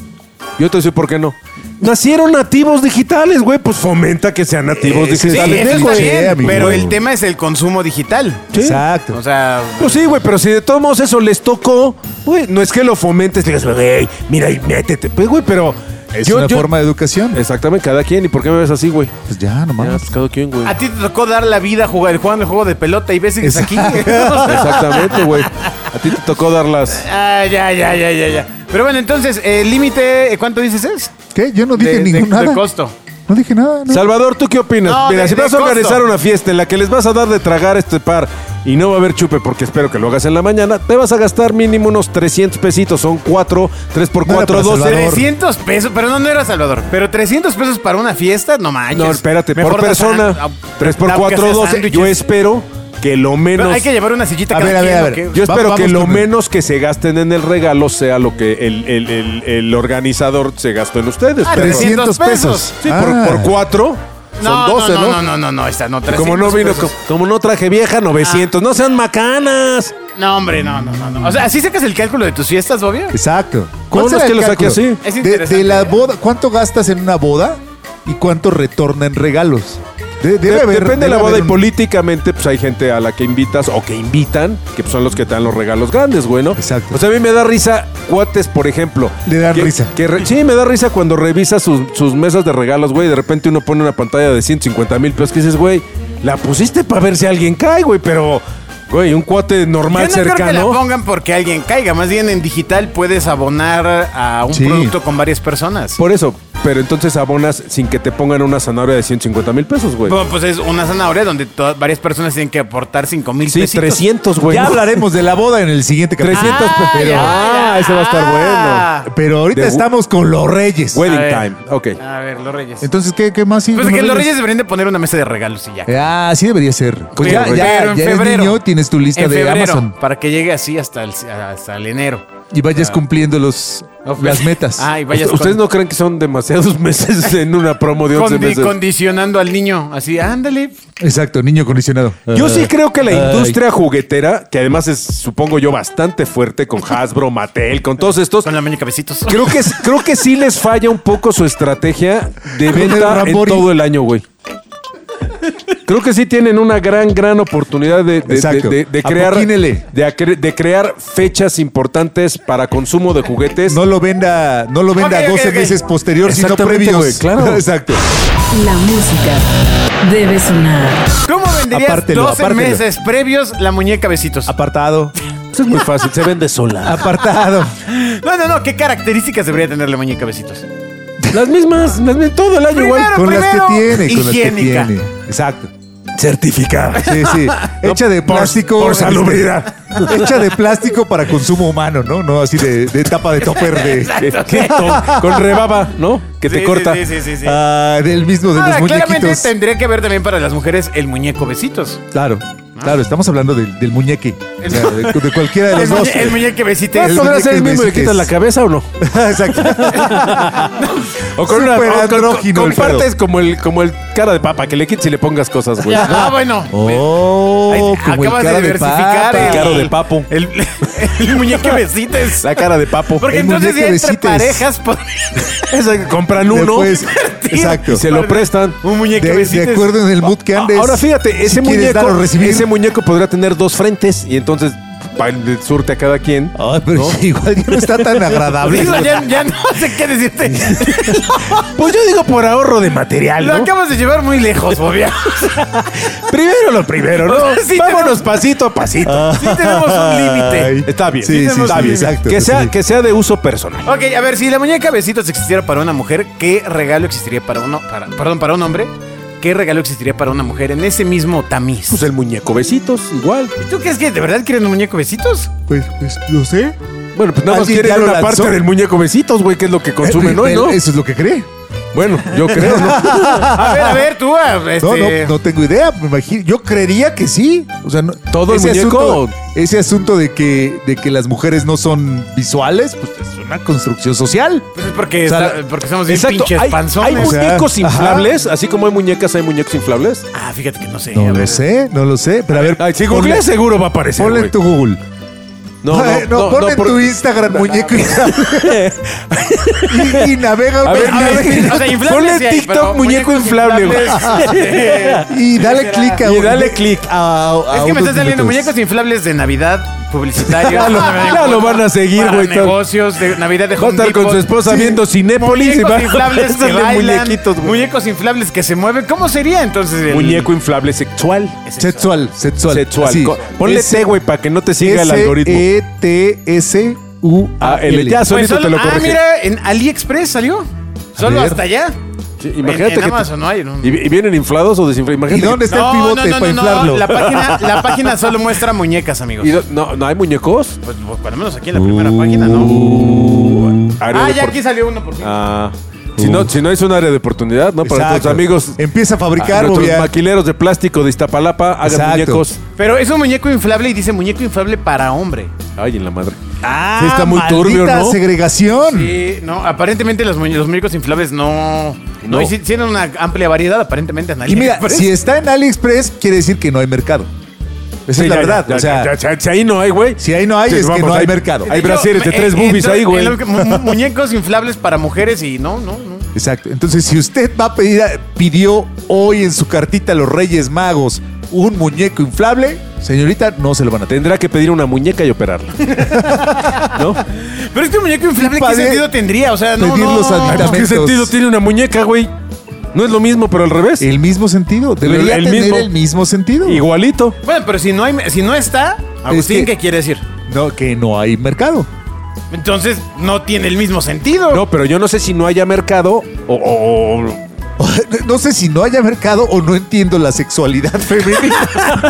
Speaker 4: Yo te decir por qué no. Nacieron nativos digitales, güey. Pues fomenta que sean nativos
Speaker 3: Ese-
Speaker 2: Sí,
Speaker 4: digitales.
Speaker 2: eso está
Speaker 3: güey.
Speaker 2: bien,
Speaker 3: amigo.
Speaker 2: pero el tema es el consumo digital.
Speaker 4: Sí.
Speaker 3: Exacto.
Speaker 2: O sea,
Speaker 4: Pues sí, güey, pero si de todos modos eso les tocó, güey, no es que lo fomentes, digas, güey, mira y métete. Pues, güey, pero.
Speaker 3: es
Speaker 4: yo-
Speaker 3: una
Speaker 4: yo-
Speaker 3: forma de educación.
Speaker 4: Exactamente, cada quien. ¿Y por qué me ves así, güey?
Speaker 3: Pues ya, nomás.
Speaker 4: Ya, pues cada quien, güey.
Speaker 2: a ti te tocó dar la vida jugar, jugando el juego de pelota y ves sigues aquí.
Speaker 4: Exactamente, güey. A ti te tocó dar las.
Speaker 2: Ah, ya, ya, ya, ya, ya. Pero bueno, entonces, el límite, ¿eh, ¿cuánto dices es?
Speaker 3: ¿Qué? Yo no dije
Speaker 2: De- de-
Speaker 3: ningún
Speaker 2: de
Speaker 3: nada.
Speaker 2: costo.
Speaker 3: No dije nada. No.
Speaker 4: Salvador, ¿tú qué opinas?
Speaker 2: No,
Speaker 4: Mira,
Speaker 2: de-
Speaker 4: si
Speaker 2: de
Speaker 4: vas a organizar
Speaker 2: costo.
Speaker 4: una fiesta en la que les vas a dar de tragar a este par y no va a haber chupe porque espero que lo hagas en la mañana, te vas a gastar mínimo unos trescientos pesitos. Son cuatro, tres por
Speaker 3: No era
Speaker 4: cuatro,
Speaker 3: para
Speaker 4: doce.
Speaker 3: Salvador.
Speaker 2: trescientos pesos, pero no, no era Salvador. Pero trescientos pesos para una fiesta, no manches.
Speaker 4: No, espérate,
Speaker 2: Mejor
Speaker 4: por
Speaker 2: da
Speaker 4: persona.
Speaker 2: san-
Speaker 4: tres por
Speaker 2: da-
Speaker 4: cuatro,
Speaker 2: que sea
Speaker 4: doce.
Speaker 2: sándwiches.
Speaker 4: Yo espero que lo
Speaker 2: Pero
Speaker 4: menos.
Speaker 2: hay que llevar una sillita
Speaker 3: A
Speaker 2: cada
Speaker 3: ver, a ver,
Speaker 2: quien,
Speaker 3: a
Speaker 2: ¿o
Speaker 3: ver.
Speaker 2: qué?
Speaker 4: Yo
Speaker 3: Va-
Speaker 4: espero
Speaker 3: vamos
Speaker 4: que lo
Speaker 3: con el-
Speaker 4: menos que se gasten en el regalo sea lo que el, el- el- el organizador se gastó en ustedes.
Speaker 2: Ah,
Speaker 4: pero-
Speaker 2: trescientos
Speaker 3: trescientos
Speaker 2: pesos.
Speaker 3: pesos.
Speaker 4: Sí,
Speaker 3: Ah.
Speaker 4: por, por cuatro.
Speaker 2: No,
Speaker 4: son doce,
Speaker 2: no,
Speaker 4: ¿no?
Speaker 2: no, no, no, no, esta no,
Speaker 4: Como no
Speaker 2: trescientos
Speaker 4: vino,
Speaker 2: pesos.
Speaker 4: co- como no traje vieja, novecientos. No sean macanas.
Speaker 2: No, hombre, no, no, no, no. O sea, ¿así sacas el cálculo de tus fiestas, Bobia?
Speaker 3: Exacto.
Speaker 4: ¿Cómo
Speaker 3: ¿Cuál
Speaker 4: no
Speaker 3: será
Speaker 4: es que
Speaker 3: el
Speaker 4: lo saque
Speaker 3: cálculo?
Speaker 4: así?
Speaker 2: Es
Speaker 3: De,
Speaker 2: interesante.
Speaker 3: de la boda, ¿cuánto gastas en una boda y cuánto retorna en regalos? De- debe
Speaker 4: De-
Speaker 3: haber-
Speaker 4: depende de la
Speaker 3: debe
Speaker 4: boda y
Speaker 3: haber un-
Speaker 4: políticamente, pues hay gente a la que invitas o que invitan, que pues, son los que te dan los regalos grandes, güey, ¿no?
Speaker 3: Exacto.
Speaker 4: Pues a mí me da risa, cuates, por ejemplo.
Speaker 3: Le dan
Speaker 4: que-
Speaker 3: risa.
Speaker 4: que re- sí, me da risa cuando revisas sus, sus mesas de regalos, güey. De repente uno pone una pantalla de ciento cincuenta mil pesos que dices, güey, la pusiste para ver si alguien cae, güey, pero, güey, un cuate normal
Speaker 2: Yo no creo que la
Speaker 4: cercano.
Speaker 2: pongan porque alguien caiga. Más bien en digital puedes abonar a un
Speaker 3: Sí.
Speaker 2: producto con varias personas.
Speaker 4: Por eso, pero entonces abonas sin que te pongan una zanahoria de ciento cincuenta mil pesos, güey.
Speaker 2: Bueno, pues es una zanahoria donde to- varias personas tienen que aportar cinco mil
Speaker 4: Sí,
Speaker 2: pesitos.
Speaker 4: trescientos, güey.
Speaker 3: Ya
Speaker 4: ¿no?
Speaker 3: hablaremos de la boda en el siguiente capítulo.
Speaker 4: trescientos
Speaker 2: Ah,
Speaker 4: pero,
Speaker 2: ya,
Speaker 4: ah,
Speaker 2: ya.
Speaker 4: ese va a estar bueno.
Speaker 3: Pero ahorita
Speaker 4: De-
Speaker 3: estamos con los reyes.
Speaker 4: Wedding
Speaker 2: A ver.
Speaker 4: time, ok.
Speaker 2: A ver, los reyes.
Speaker 3: Entonces, ¿qué, qué más? sigue
Speaker 2: Pues
Speaker 3: con
Speaker 2: que los reyes deberían de poner una mesa de regalos y ya.
Speaker 3: Ah, sí debería ser. Pues ya,
Speaker 2: Pero
Speaker 3: ya,
Speaker 2: en
Speaker 3: ya eres
Speaker 2: febrero.
Speaker 3: niño, tienes tu lista
Speaker 2: En
Speaker 3: de
Speaker 2: febrero,
Speaker 3: Amazon.
Speaker 2: para que llegue así hasta el, hasta el enero.
Speaker 3: Y vayas cumpliendo los,
Speaker 2: No,
Speaker 3: las metas.
Speaker 2: Ah, y vayas
Speaker 4: ¿Ustedes
Speaker 2: con-
Speaker 4: no creen que son demasiados meses en una promo de once
Speaker 2: condi-
Speaker 4: meses?
Speaker 2: condicionando al niño. Así, ándale.
Speaker 3: Exacto, niño condicionado.
Speaker 4: Yo sí creo que la
Speaker 3: Ay.
Speaker 4: industria juguetera, que además es, supongo yo, bastante fuerte con Hasbro, Mattel, con todos estos,
Speaker 2: Con la muñeca besitos.
Speaker 4: creo que, creo que sí les falla un poco su estrategia de
Speaker 3: Con el
Speaker 4: venta en
Speaker 3: Rambori.
Speaker 4: todo el año, güey. Creo que sí tienen una gran, gran oportunidad de, de-
Speaker 3: Exacto.
Speaker 4: de- de- de crear,
Speaker 3: Apoquínele.
Speaker 4: de, acre- de crear fechas importantes para consumo de juguetes.
Speaker 3: No lo venda, no lo venda
Speaker 2: Ok, ok,
Speaker 3: doce
Speaker 2: ok.
Speaker 3: meses posterior, sino
Speaker 4: Exactamente,
Speaker 3: previos.
Speaker 4: güey, claro.
Speaker 3: Exacto.
Speaker 1: La música debe sonar.
Speaker 2: ¿Cómo venderías
Speaker 3: Apártelo,
Speaker 2: doce
Speaker 3: apártelo.
Speaker 2: meses previos la muñeca besitos?
Speaker 3: Apartado.
Speaker 4: Eso es muy fácil, se vende sola.
Speaker 3: Apartado.
Speaker 2: No, no, no. ¿Qué características debería tener la muñeca besitos?
Speaker 4: Las mismas, las mismas, todo el año igual.
Speaker 2: Primero,
Speaker 3: Con las que
Speaker 2: primero,
Speaker 3: tiene, con las que
Speaker 2: higiénica.
Speaker 3: tiene. Exacto.
Speaker 4: Certificada.
Speaker 3: Sí, sí. Hecha de
Speaker 4: por-
Speaker 3: plástico.
Speaker 4: por
Speaker 3: este,
Speaker 4: salubridad.
Speaker 3: Hecha de plástico para consumo humano, ¿no? No así de, de tapa de topper de,
Speaker 4: ¿Qué? Con, con rebaba, ¿no? Que te
Speaker 2: Sí,
Speaker 4: corta.
Speaker 2: Sí, sí, sí. sí.
Speaker 3: ah, del mismo de
Speaker 2: Ahora,
Speaker 3: los
Speaker 2: claramente
Speaker 3: muñequitos.
Speaker 2: tendría que haber también para las mujeres el muñeco besitos.
Speaker 3: Claro, claro, estamos hablando del, del muñeque. O sea, de, de cualquiera de
Speaker 2: El,
Speaker 3: los dos.
Speaker 2: muñe- el muñeque besitos.
Speaker 3: El
Speaker 4: ¿Podrá ser el
Speaker 3: muñeque
Speaker 4: mismo y le
Speaker 3: besites.
Speaker 4: quitas la cabeza o no?
Speaker 3: Exacto.
Speaker 4: O con una
Speaker 3: Súper
Speaker 4: o con-
Speaker 3: andrógino
Speaker 4: con
Speaker 3: el pedo.
Speaker 4: partes como el, como el cara de papa, que le quites y le pongas cosas, güey.
Speaker 2: Ah, bueno.
Speaker 3: Oh,
Speaker 2: Ahí-
Speaker 3: como el
Speaker 2: acabas
Speaker 3: cara
Speaker 2: de diversificar
Speaker 3: papa.
Speaker 2: el,
Speaker 4: Caro de papo.
Speaker 2: El, el muñeque besites.
Speaker 4: La cara de papo.
Speaker 2: Porque
Speaker 3: el
Speaker 2: entonces ya
Speaker 3: muñeque
Speaker 2: entre
Speaker 3: besites.
Speaker 2: parejas podrían
Speaker 4: Esa que compran uno
Speaker 3: Después, exacto.
Speaker 4: y se lo prestan.
Speaker 2: un muñeque
Speaker 3: De, de
Speaker 2: besites.
Speaker 3: acuerdo en el mood que andes.
Speaker 4: Ahora fíjate, ese
Speaker 3: si quieres dar o
Speaker 4: muñeco,
Speaker 3: recibir.
Speaker 4: ese muñeco podría tener dos frentes y entonces pa- le surte a cada quien.
Speaker 3: Ay, pero igual ya no está tan agradable.
Speaker 2: Digo, ya, ya no sé qué decirte.
Speaker 4: Pues yo digo por ahorro de material,
Speaker 2: Lo
Speaker 4: ¿no?
Speaker 2: acabas de llevar muy lejos, Bobia.
Speaker 4: Primero lo primero, ¿no?
Speaker 2: O sea, sí
Speaker 4: Vámonos pasito a pasito.
Speaker 2: Sí tenemos un límite.
Speaker 3: Ay.
Speaker 4: Está bien.
Speaker 3: Sí, sí,
Speaker 2: tenemos
Speaker 3: sí,
Speaker 2: un
Speaker 3: exacto.
Speaker 4: Que sea,
Speaker 3: sí.
Speaker 4: que sea de uso personal.
Speaker 2: Ok, a ver, si la muñeca besitos existiera para una mujer, ¿qué regalo existiría para uno, para, perdón, para un hombre? ¿Qué regalo existiría para una mujer en ese mismo tamiz?
Speaker 4: Pues el muñeco besitos, igual.
Speaker 2: ¿Tú crees que de verdad quieren un muñeco besitos?
Speaker 3: Pues, pues, no sé.
Speaker 4: Bueno, pues nada más
Speaker 3: ¿Alguien
Speaker 4: quieren
Speaker 3: ya lo
Speaker 4: una
Speaker 3: lanzó?
Speaker 4: parte del muñeco besitos, güey, que es lo que consumen
Speaker 3: Eh,
Speaker 4: hoy,
Speaker 3: eh,
Speaker 4: ¿no?
Speaker 3: Eso es lo que cree.
Speaker 4: Bueno, yo creo, ¿no?
Speaker 2: A ver, a ver, tú, ah, este...
Speaker 3: No, no, no tengo idea. Me imagino. Yo creería que sí. O sea, no-
Speaker 4: ¿Todo el
Speaker 3: ese
Speaker 4: muñeco?
Speaker 3: Asunto, ese asunto de que, de que las mujeres no son visuales, pues es una construcción social.
Speaker 2: Pues es porque,
Speaker 3: O sea,
Speaker 2: está- porque somos bien
Speaker 4: Exacto.
Speaker 2: pinches
Speaker 4: Hay,
Speaker 2: panzones.
Speaker 4: hay
Speaker 3: O sea,
Speaker 4: muñecos
Speaker 3: ajá.
Speaker 4: inflables, así como hay muñecas, hay muñecos inflables.
Speaker 2: Ah, fíjate que no sé.
Speaker 3: No
Speaker 2: a
Speaker 3: lo
Speaker 2: ver.
Speaker 3: sé, no lo sé. Pero a ver,
Speaker 4: Ay, si
Speaker 3: ponle-
Speaker 4: googleas seguro va a aparecer,
Speaker 3: ponle
Speaker 4: güey.
Speaker 3: en tu Google.
Speaker 4: No,
Speaker 3: Ay, no, ponle en
Speaker 4: por-
Speaker 3: tu Instagram muñeco inflable. y, y navega.
Speaker 4: A ver,
Speaker 2: A ver,
Speaker 4: navega.
Speaker 2: o sea, inflables
Speaker 4: Ponle
Speaker 2: sí hay,
Speaker 4: TikTok
Speaker 2: pero
Speaker 4: muñeco
Speaker 2: muñecos
Speaker 4: inflable, güey.
Speaker 2: inflables,
Speaker 3: y dale clic a
Speaker 4: Y dale clic.
Speaker 3: a, a
Speaker 2: Es que me
Speaker 3: unos
Speaker 2: están saliendo
Speaker 3: minutos.
Speaker 2: muñecos inflables de Navidad, publicitarios.
Speaker 4: Ya lo- ya lo van a seguir,
Speaker 2: para
Speaker 4: güey, todo.
Speaker 2: negocios de Navidad de
Speaker 4: Va a
Speaker 2: Home
Speaker 4: estar con
Speaker 2: Depot.
Speaker 4: su esposa
Speaker 3: Sí.
Speaker 4: viendo Cinépolis y va
Speaker 2: Muñecos inflables que
Speaker 4: Salen
Speaker 2: bailan,
Speaker 4: muñequitos, güey.
Speaker 2: muñecos inflables que se mueven. ¿Cómo sería entonces el
Speaker 4: Muñeco inflable sexual.
Speaker 3: Sexual, sexual.
Speaker 4: Sexual.
Speaker 3: Sí.
Speaker 4: Co- Ponle
Speaker 3: S-
Speaker 4: T, güey, para que no te siga el
Speaker 3: S
Speaker 4: algoritmo.
Speaker 3: E T S U A
Speaker 4: Ah, el-
Speaker 3: L.
Speaker 4: ya
Speaker 2: Pues
Speaker 4: solito
Speaker 2: solo-
Speaker 4: te lo
Speaker 2: ah,
Speaker 4: corrige.
Speaker 2: mira, en AliExpress salió. Solo
Speaker 3: ver.
Speaker 2: hasta allá.
Speaker 4: Sí, imagínate
Speaker 2: en, en
Speaker 4: que te-
Speaker 2: Amazon no hay. no.
Speaker 4: ¿Y, y vienen inflados o desinflados?
Speaker 3: ¿Y
Speaker 4: Imagínate.
Speaker 3: dónde está
Speaker 2: No,
Speaker 3: el
Speaker 2: no,
Speaker 3: pivote
Speaker 2: no,
Speaker 3: para
Speaker 2: no,
Speaker 3: inflarlo?
Speaker 2: no. La página, la página solo muestra muñecas, amigos.
Speaker 4: que- y do- no, no hay muñecos.
Speaker 2: Pues, pues, por lo menos aquí en la primera página, ¿no?
Speaker 4: Área
Speaker 2: Ah,
Speaker 4: de
Speaker 2: ya
Speaker 4: por-
Speaker 2: aquí salió uno por fin.
Speaker 4: Ah, si no, si no es un área de oportunidad, ¿no? Para
Speaker 3: Exacto.
Speaker 4: nuestros amigos,
Speaker 3: Empieza a
Speaker 4: a
Speaker 3: fabricar,
Speaker 4: nuestros
Speaker 3: Bobia.
Speaker 4: maquileros de plástico de Iztapalapa, hagan
Speaker 3: Exacto.
Speaker 4: muñecos.
Speaker 2: Pero es un muñeco inflable y dice muñeco inflable para hombre.
Speaker 4: Ay, en la madre.
Speaker 3: Ah,
Speaker 4: Sí, está muy turbio,
Speaker 3: maldita
Speaker 4: ¿no?
Speaker 3: segregación.
Speaker 2: Sí, no, aparentemente los, muñe- los muñecos inflables no. No,
Speaker 4: No.
Speaker 2: y sí tienen una amplia variedad, aparentemente. en
Speaker 3: Y mira,
Speaker 2: AliExpress.
Speaker 3: si está en AliExpress, quiere decir que no hay mercado. Esa
Speaker 4: Sí,
Speaker 3: es la
Speaker 4: ya,
Speaker 3: verdad.
Speaker 4: ya,
Speaker 3: o sea,
Speaker 4: ya, ya, ya, si ahí no hay, güey.
Speaker 3: si ahí no hay,
Speaker 4: Sí,
Speaker 3: es que
Speaker 4: vamos,
Speaker 3: no hay mercado.
Speaker 4: Hay
Speaker 2: De hecho,
Speaker 4: brasieres de
Speaker 2: me-
Speaker 4: tres
Speaker 2: eh,
Speaker 4: boobies
Speaker 2: entro
Speaker 4: ahí,
Speaker 2: en
Speaker 4: güey.
Speaker 2: lo que- mu- mu- Muñecos inflables para mujeres y no, no, no.
Speaker 3: Exacto. Entonces, si usted va a pedir, a- pidió hoy en su cartita a los Reyes Magos un muñeco inflable, señorita, no se lo van a tener.
Speaker 4: Tendrá que pedir una muñeca y operarla. ¿No?
Speaker 2: Pero este muñeco inflable, ¿qué
Speaker 3: Pade-
Speaker 2: sentido tendría? O sea, no,
Speaker 3: pedir
Speaker 2: no.
Speaker 3: los
Speaker 4: Ay, pues, ¿qué
Speaker 3: aditamentos.
Speaker 4: sentido tiene una muñeca, güey? No es lo mismo, pero al revés.
Speaker 3: El mismo sentido. Debería
Speaker 4: El
Speaker 3: tener
Speaker 4: mismo.
Speaker 3: el mismo sentido.
Speaker 4: Igualito.
Speaker 2: Bueno, pero si no hay, si no está, Agustín,
Speaker 3: que-
Speaker 2: ¿qué quiere decir?
Speaker 3: No, que no hay mercado.
Speaker 2: Entonces no tiene el mismo sentido.
Speaker 4: No, pero yo no sé si no haya mercado o... o- o-
Speaker 3: No sé si no haya mercado o no entiendo la sexualidad femenina.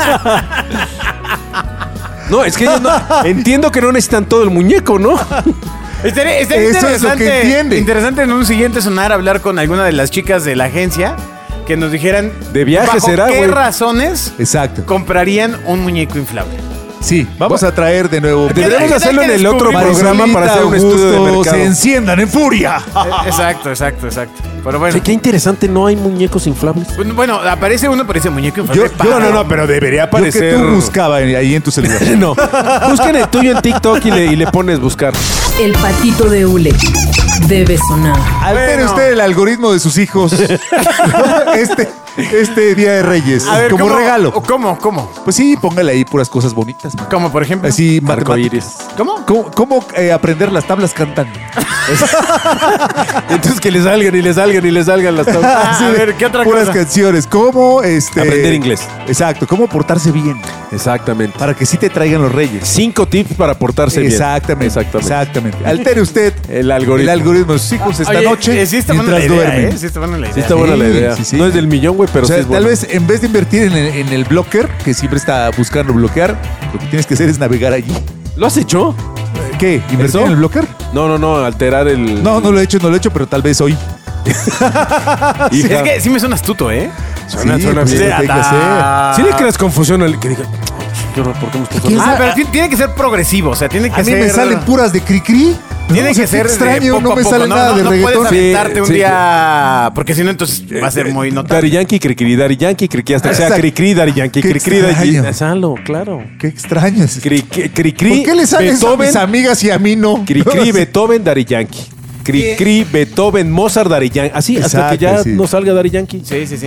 Speaker 4: No, es que yo no... Entiendo que no necesitan todo el muñeco, ¿no?
Speaker 2: Estaría, estaría
Speaker 3: Eso es lo que
Speaker 2: interesante,
Speaker 3: entiende.
Speaker 2: interesante en un siguiente sonar hablar con alguna de las chicas de la agencia que nos dijeran
Speaker 4: De viaje
Speaker 2: bajo
Speaker 4: será,
Speaker 2: qué
Speaker 4: güey.
Speaker 2: razones
Speaker 3: Exacto.
Speaker 2: comprarían un muñeco inflable.
Speaker 3: Sí, vamos a traer de nuevo.
Speaker 4: Deberíamos
Speaker 2: hay
Speaker 4: hacerlo
Speaker 2: que
Speaker 4: en el otro
Speaker 2: descubrir.
Speaker 4: programa para hacer un estudio de
Speaker 3: Augusto,
Speaker 4: mercado.
Speaker 3: se enciendan en furia.
Speaker 2: Eh, exacto, exacto, exacto. Pero bueno.
Speaker 4: Sí, qué interesante, no hay muñecos inflables.
Speaker 2: Bueno, Bueno, aparece uno, pero dice muñeco inflable.
Speaker 3: Yo-
Speaker 2: para-
Speaker 3: yo-
Speaker 4: No, no, no, pero debería
Speaker 3: Lo que
Speaker 4: aparecer...
Speaker 3: tú buscaba ahí en tu celular.
Speaker 4: No, busquen el tuyo en TikTok y le, y le pones buscar.
Speaker 1: El patito de hule debe sonar.
Speaker 3: Altere
Speaker 2: Bueno.
Speaker 3: usted el algoritmo de sus hijos este, este Día de Reyes.
Speaker 2: A ver,
Speaker 3: como
Speaker 2: ¿cómo-
Speaker 3: regalo.
Speaker 2: o ¿Cómo? ¿Cómo?
Speaker 3: Pues sí, póngale ahí puras cosas bonitas. man.
Speaker 2: ¿Cómo, por ejemplo?
Speaker 3: Así,
Speaker 4: Arcoíris.
Speaker 3: matemáticas.
Speaker 2: ¿Cómo?
Speaker 3: ¿Cómo, cómo, eh, aprender las tablas cantando?
Speaker 4: Entonces que le salgan y le salgan y le salgan las tablas.
Speaker 2: Ah, a ver, ¿qué otra
Speaker 3: Puras
Speaker 2: cosa?
Speaker 3: canciones. ¿Cómo este,
Speaker 4: Aprender inglés.
Speaker 3: Exacto. ¿Cómo portarse bien?
Speaker 4: Exactamente.
Speaker 3: Para que sí te traigan los reyes.
Speaker 4: Cinco tips para portarse bien.
Speaker 3: Exactamente,
Speaker 4: Exactamente.
Speaker 3: exactamente. Altere usted
Speaker 4: El algoritmo.
Speaker 3: el algoritmo de sus hijos esta
Speaker 2: Oye,
Speaker 3: noche
Speaker 2: eh, sí está buena la
Speaker 3: mientras
Speaker 2: idea,
Speaker 3: duermen.
Speaker 2: ¿eh? Sí está buena la idea.
Speaker 4: Sí está buena la
Speaker 3: Sí,
Speaker 4: idea.
Speaker 3: sí, sí.
Speaker 4: No es del millón, güey, pero
Speaker 3: O sea,
Speaker 4: sí es
Speaker 3: tal
Speaker 4: bueno.
Speaker 3: vez en vez de invertir en el, en el blocker, que siempre está buscando bloquear, lo que tienes que hacer es navegar allí.
Speaker 4: ¿Lo has hecho?
Speaker 3: ¿Qué? ¿Invertir
Speaker 4: ¿Eso?
Speaker 3: en el blocker?
Speaker 4: No, no, no, alterar el...
Speaker 3: No, no lo he hecho, no lo he hecho, pero tal vez hoy.
Speaker 4: Hija.
Speaker 2: Es que sí me suena astuto, ¿eh?
Speaker 4: Suena,
Speaker 3: Sí,
Speaker 4: suena
Speaker 3: pues,
Speaker 4: bien.
Speaker 3: es lo que hay que hacer.
Speaker 4: ¿Sí le creas confusión al que diga, "Ay, ¿por qué me estás
Speaker 3: ¿Quién
Speaker 4: hablando?"
Speaker 2: Ah, pero ti- tiene que ser progresivo, o sea, tiene que
Speaker 3: A mí
Speaker 2: ser...
Speaker 3: me salen puras de cri-cri.
Speaker 2: Tiene
Speaker 3: No, o sea,
Speaker 2: que ser
Speaker 3: qué
Speaker 2: de
Speaker 3: extraño,
Speaker 2: poco
Speaker 3: no
Speaker 2: a
Speaker 3: me
Speaker 2: poco,
Speaker 3: sale
Speaker 2: no,
Speaker 3: nada
Speaker 2: no,
Speaker 3: de
Speaker 2: no
Speaker 3: reggaetón.
Speaker 2: puedes aventarte un
Speaker 4: Sí,
Speaker 2: día... Porque si no, entonces va a ser muy notable.
Speaker 4: Dari Yankee, Cricri, Dari Yankee, Cricri, hasta que sea
Speaker 3: Exacto.
Speaker 4: Cricri, Dari Yankee,
Speaker 3: Qué
Speaker 4: Cricri, Dari
Speaker 3: extraño.
Speaker 4: Yankee. Salo, claro.
Speaker 3: Qué extraño es.
Speaker 4: Cri- cri- Cricri,
Speaker 3: ¿Por qué le salen eso a
Speaker 4: Beethoven,
Speaker 3: mis amigas y a mí no?
Speaker 4: Cricri, Beethoven, Dari Yankee. Cricri, Beethoven, Mozart, Dari Yankee. Así, hasta que ya
Speaker 3: Exacto, sí.
Speaker 4: no salga Dari Yankee.
Speaker 2: Sí, sí, sí.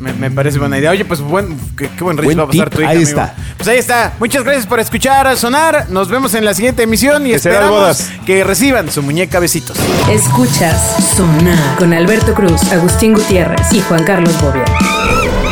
Speaker 2: Me, me parece buena idea. Oye, pues buen, qué, qué buen Reyes
Speaker 4: Buen
Speaker 2: va a pasar
Speaker 4: tip.
Speaker 2: tu hija,
Speaker 3: Ahí
Speaker 2: amigo.
Speaker 3: está.
Speaker 2: Pues ahí está. Muchas gracias por escuchar Sonar. Nos vemos en la siguiente emisión y
Speaker 4: Que serán
Speaker 2: esperamos
Speaker 4: bodas.
Speaker 2: que reciban su muñeca besitos.
Speaker 1: Escuchas Sonar con Alberto Cruz, Agustín Gutiérrez y Juan Carlos Bobia.